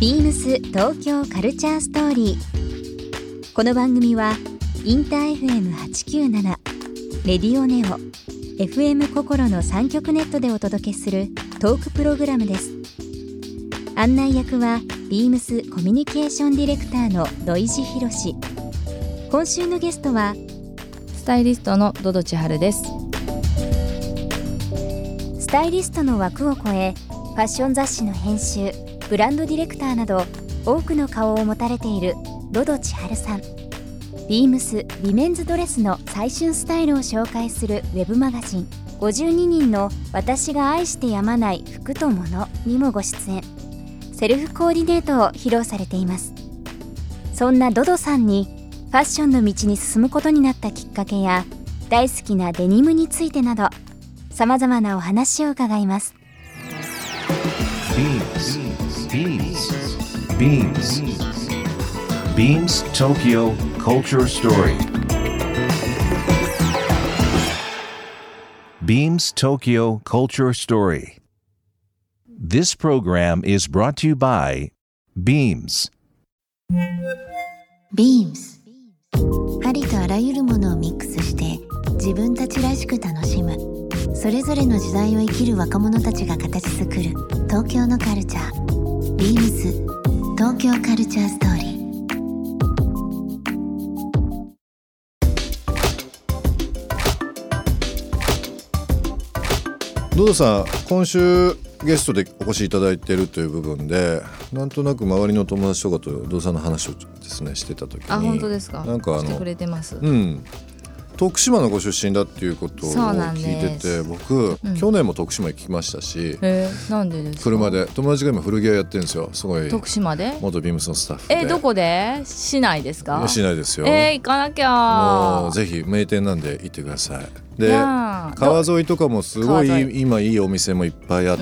ビームス東京カルチャーストーリー。この番組はインター FM897 レディオネオ FM 心の3極ネットでお届けするトークプログラムです。案内役はビームスコミュニケーションディレクターの土井博志。今週のゲストはスタイリストのドド千春です。 スタイリストの枠を超え、ファッション雑誌の編集、ブランドディレクターなど多くの顔を持たれているドド千春さん。ビームスウィメンズドレスの最旬スタイルを紹介するウェブマガジン52人の私が愛してやまない服と物にもご出演。セルフコーディネートを披露されています。そんなドドさんにファッションの道に進むことになったきっかけや大好きなデニムについてなど様々なお話を伺います。 Beams Tokyo Culture Story. Beams Tokyo Culture Story. This program is brought to you by Beams. Beams ありとあらゆるものをミックスして自分たちらしく楽しむ、それぞれの時代を生きる若者たちが形作る東京のカルチャー。ビームス東京カルチャーストーリー。 ドドさん、今週ゲストでお越しいただいているという部分で、なんとなく周りの友達とかとドドさんの話をですねしてた時に、 本当ですか。 なんかしてくれてます。 徳島のご出身だっていうことを聞いてて、僕、去年も徳島行きましたし、 なんでですか。 車で友達が今古着屋やってるんですよ。すごい徳島で元ビームスのスタッフで。 どこで？市内ですか？ 市内ですよ。 行かなきゃ。 もうぜひ名店なんで行ってください。で、川沿いとかもすごい今いいお店もいっぱいあって、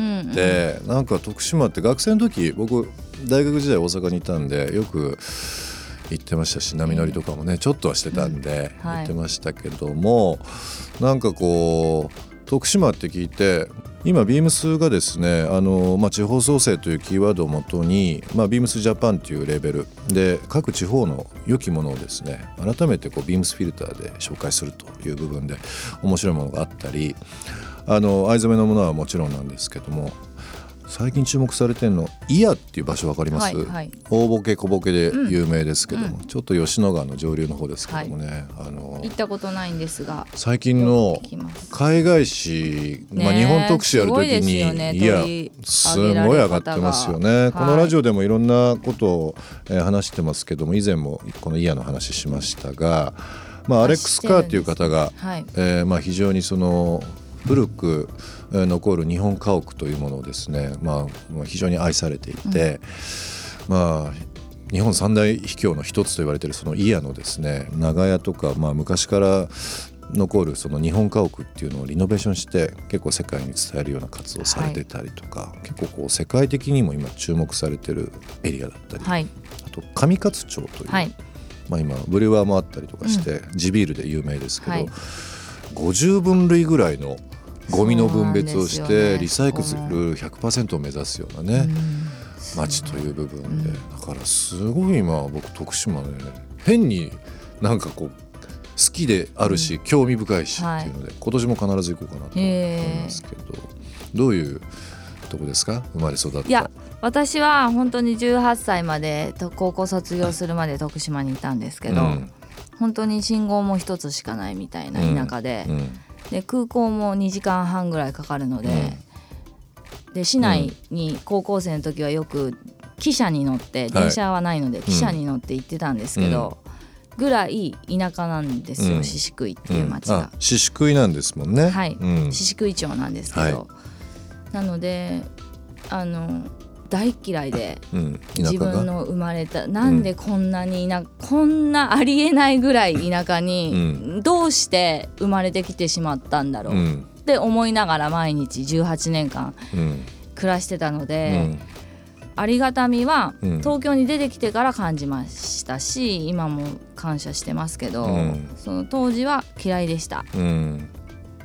なんか徳島って学生の時、僕大学時代大阪にいたんでよく行ってましたし、波乗りとかもねちょっとはしてたんで行ってましたけども、なんかこう徳島って聞いて、今ビームスがですね、地方創生というキーワードをもとに、ビームスジャパンというレーベルで各地方の良きものをですね改めてこうビームスフィルターで紹介するという部分で面白いものがあったり、藍染めのものはもちろんなんですけども、最近注目されてるの祖谷っていう場所分かります？大ボケ小ボケで有名ですけども、ちょっと吉野川の上流の方ですけどもね、 行ったことないんですが、 最近の海外誌、日本特集やるときにすごい上がってますよね。このラジオでもいろんなことを話してますけども、以前もこの祖谷の話しましたが、アレックス・カーっていう方が、非常にその古く残る日本家屋というものをですね、非常に愛されていて、日本三大秘境の一つと言われているその祖谷のですね長屋とか、昔から残るその日本家屋っていうのをリノベーションして結構世界に伝えるような活動をされてたりとか、結構こう世界的にも今注目されてるエリアだったり、あと上勝町という、今ブリュワーもあったりとかして、地ビールで有名ですけど、50分類ぐらいのゴミの分別をしてリサイクル 100% を目指すようなね街という部分で、だからすごい今僕徳島でね、変になんかこう好きであるし、興味深いしっていうので、今年も必ず行こうかなと思いますけど、どういうとこですか、生まれ育った？ いや、私は本当に18歳まで高校卒業するまで徳島にいたんですけど、本当に信号も一つしかないみたいな田舎で、で空港も2時間半ぐらいかかるので、で市内に高校生の時はよく汽車に乗って、電車はないので汽車に乗って行ってたんですけど、ぐらい田舎なんですよ、宍喰っていう町が。 宍喰なんですもんね。 宍喰町なんですけど、なので大嫌いで、自分の生まれたなんでこんなにこんなありえないぐらい田舎に、どうして生まれてきてしまったんだろうって思いながら毎日18年間暮らしてたので、ありがたみは東京に出てきてから感じましたし、今も感謝してますけど、その当時は嫌いでした。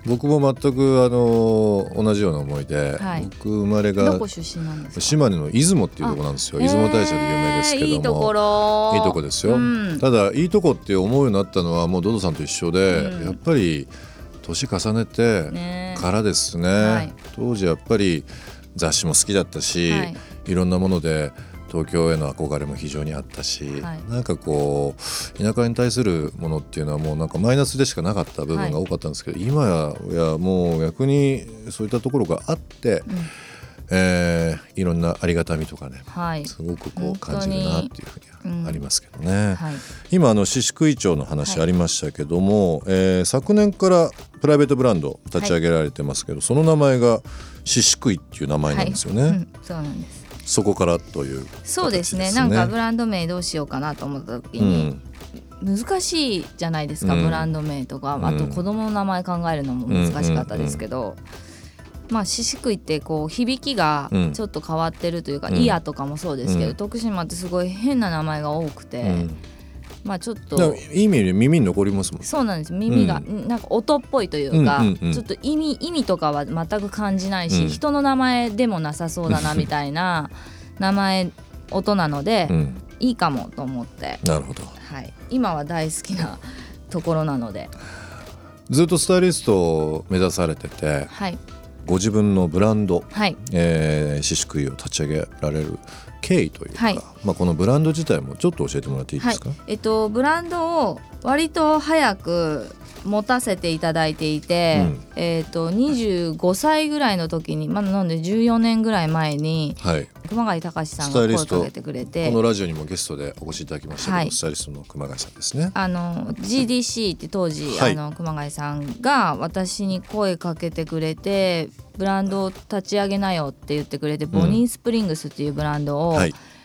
僕も全く同じような思いで、はい、僕生まれがどこ出身なんですか？ 島根の出雲っていうところなんですよ。出雲大社で有名ですけども、 いいところ、 いいとこですよ、ただいいとこって思うようになったのはもうドドさんと一緒で、やっぱり年重ねてからですね、はい、当時やっぱり雑誌も好きだったし、はい、いろんなもので東京への憧れも非常にあったし、はい、なんかこう田舎に対するものっていうのはもうなんかマイナスでしかなかった部分が多かったんですけど、はい、今やもう逆にそういったところがあって、いろんなありがたみとかね、はい、すごくこう感じるなっていうふうにはありますけどね、はい、今宍喰町の話ありましたけども、昨年からプライベートブランド立ち上げられてますけど、その名前が宍喰っていう名前なんですよね、 そうなんです。 そこからという、 そうですね。なんかブランド名どうしようかなと思った時に、難しいじゃないですか、ブランド名とか、あと子供の名前考えるのも難しかったですけど、まあ宍喰ってこう響きがちょっと変わってるというか、イヤとかもそうですけど、徳島ってすごい変な名前が多くて、まあちょっといい意味で耳に残りますもん。 そうなんです。耳がなんか音っぽいというか、ちょっと意味とかは全く感じないし、人の名前でもなさそうだなみたいな名前音なので、いいかもと思って。 なるほど、 はい、今は大好きなところなので。 ずっとスタイリストを目指されてて、はい、ご自分のブランド、はい、宍喰を立ち上げられる経緯というか、はい、このブランド自体もちょっと教えてもらっていいですか？ はい、ブランドを割と早く持たせていただいていて、25歳ぐらいの時に、なんで14年ぐらい前に、はい、熊谷隆さんが声をかけてくれて、 このラジオにもゲストでお越しいただきましたけど、はい、スタイリストの熊谷さんですね。 GDC って当時、はい、熊谷さんが私に声かけてくれて、ブランドを立ち上げなよって言ってくれて、ボニースプリングスっていうブランドを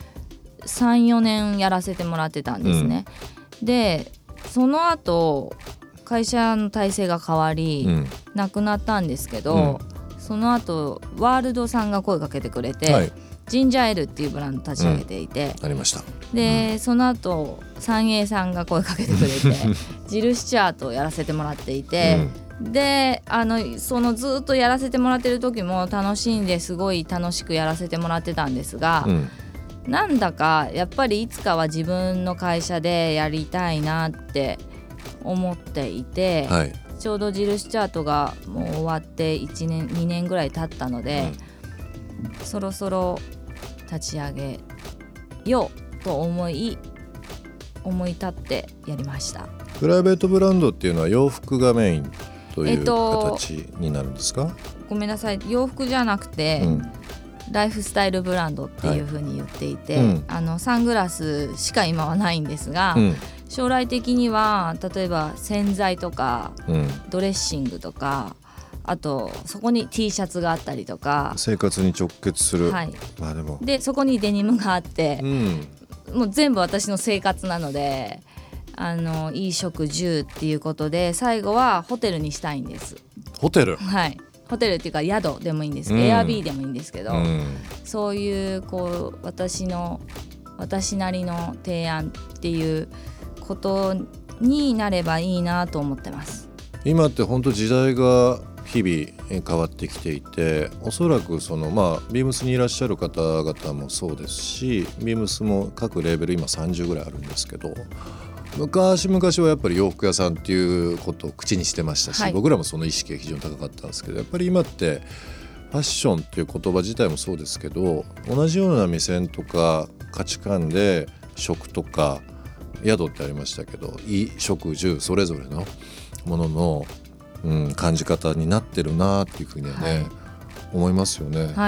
3,4 年やらせてもらってたんですね、でその後会社の体制が変わり、なくなったんですけど、その後ワールドさんが声かけてくれて、はい、ジンジャーエールっていうブランド立ち上げていて、 ありました。 で、その後三栄さんが声かけてくれてジル・スチュアートをやらせてもらっていて、でそのずっとやらせてもらってる時も楽しんですごい楽しくやらせてもらってたんですが、なんだかやっぱりいつかは自分の会社でやりたいなって思っていて、はい、ちょうどジル・スチュアートがもう終わって1年2年ぐらい経ったので、そろそろ立ち上げようと思い立ってやりました。 プライベートブランドっていうのは洋服がメインという形になるんですか？ ごめんなさい、洋服じゃなくて、ライフスタイルブランドっていう風に言っていて、サングラスしか今はないんですが、将来的には例えば洗剤とか、ドレッシングとか、あとそこに T シャツがあったりとか、 生活に直結する、はい、 でそこにデニムがあって、もう全部私の生活なので、衣食住っていうことで最後はホテルにしたいんです。 ホテル？ はい、ホテルっていうか宿でもいいんです、エアビーでもいいんですけど、そういうこう私なりの提案っていうことになればいいなと思ってます。 今って本当時代が日々変わってきていて、おそらくビームスにいらっしゃる方々もそうですし、ビームスも各レーベル今30ぐらいあるんですけど、昔はやっぱり洋服屋さんっていうことを口にしてましたし、僕らもその意識が非常に高かったんですけど、やっぱり今ってファッションっていう言葉自体もそうですけど、同じような目線とか価値観で食とか宿ってありましたけど、衣食住それぞれのものの、感じ方になってるなっていうふうにはね、思いますよね。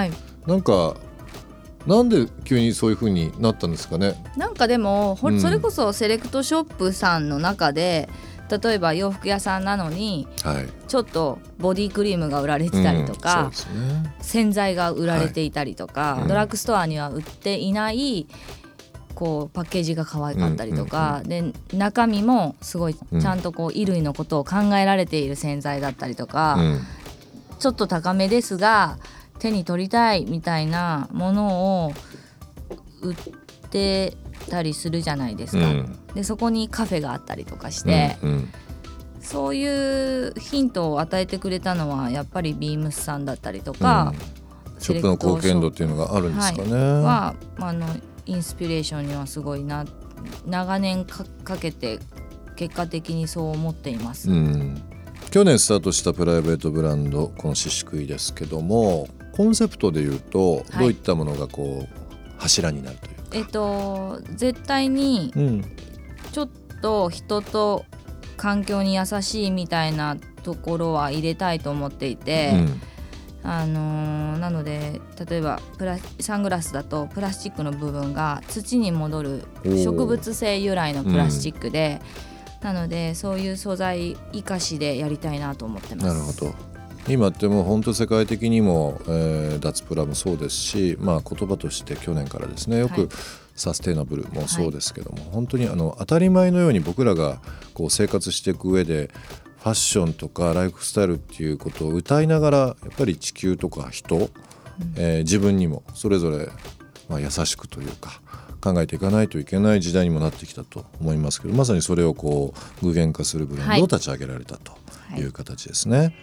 なんで急にそういう風になったんですかね。 なんかでも、それこそセレクトショップさんの中で、例えば洋服屋さんなのに、ちょっとボディクリームが売られてたりとか、洗剤が売られていたりとか、ドラッグストアには売っていないこうパッケージが可愛かったりとか、で中身もすごいちゃんとこう衣類のことを考えられている洗剤だったりとか、ちょっと高めですが手に取りたいみたいなものを売ってたりするじゃないですか、でそこにカフェがあったりとかして、 そういうヒントを与えてくれたのはやっぱりビームスさんだったりとか、 ショップの貢献度っていうのがあるんですかね。 はインスピレーションにはすごい長年 かけて結果的にそう思っています。 去年スタートしたプライベートブランドこのししくいですけども、コンセプトでいうとどういったものがこう柱になるというか、 絶対にちょっと人と環境に優しいみたいなところは入れたいと思っていて、なので例えばサングラスだとプラスチックの部分が土に戻る植物性由来のプラスチックで、なのでそういう素材生かしでやりたいなと思ってます。 なるほど。今ってもう本当世界的にも、脱プラもそうですし、言葉として去年からですねよくサステイナブルもそうですけども、本当に当たり前のように僕らがこう生活していく上でファッションとかライフスタイルっていうことを歌いながらやっぱり地球とか人、自分にもそれぞれ優しくというか考えていかないといけない時代にもなってきたと思いますけど、まさにそれをこう具現化するブランドを立ち上げられたという形ですね。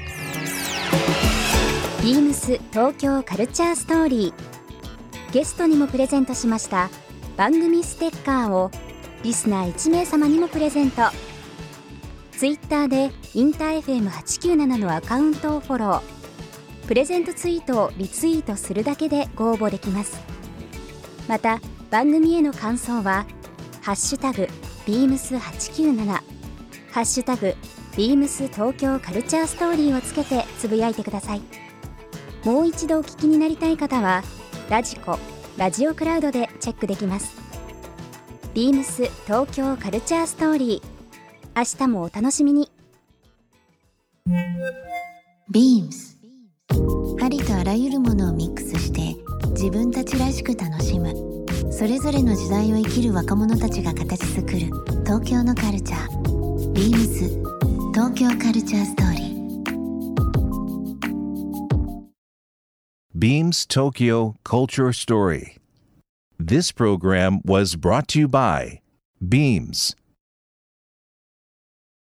ビームス東京カルチャーストーリー、ゲストにもプレゼントしました番組ステッカーをリスナー1名様にもプレゼント。ツイッターでインター FM897 のアカウントをフォロー、プレゼントツイートをリツイートするだけでご応募できます。また番組への感想はハッシュタグビームス897、ハッシュタグビームス東京カルチャーストーリーをつけてつぶやいてください。もう一度お聞きになりたい方はラジコ、ラジオクラウドでチェックできます。ビームス東京カルチャーストーリー、明日もお楽しみに。 ビームス、ありとあらゆるものをミックスして自分たちらしく楽しむ、それぞれの時代を生きる若者たちが形作る東京のカルチャー。ビームス東京カルチャーストーリー。 Beams Tokyo Culture Story. This program was brought to you by Beams.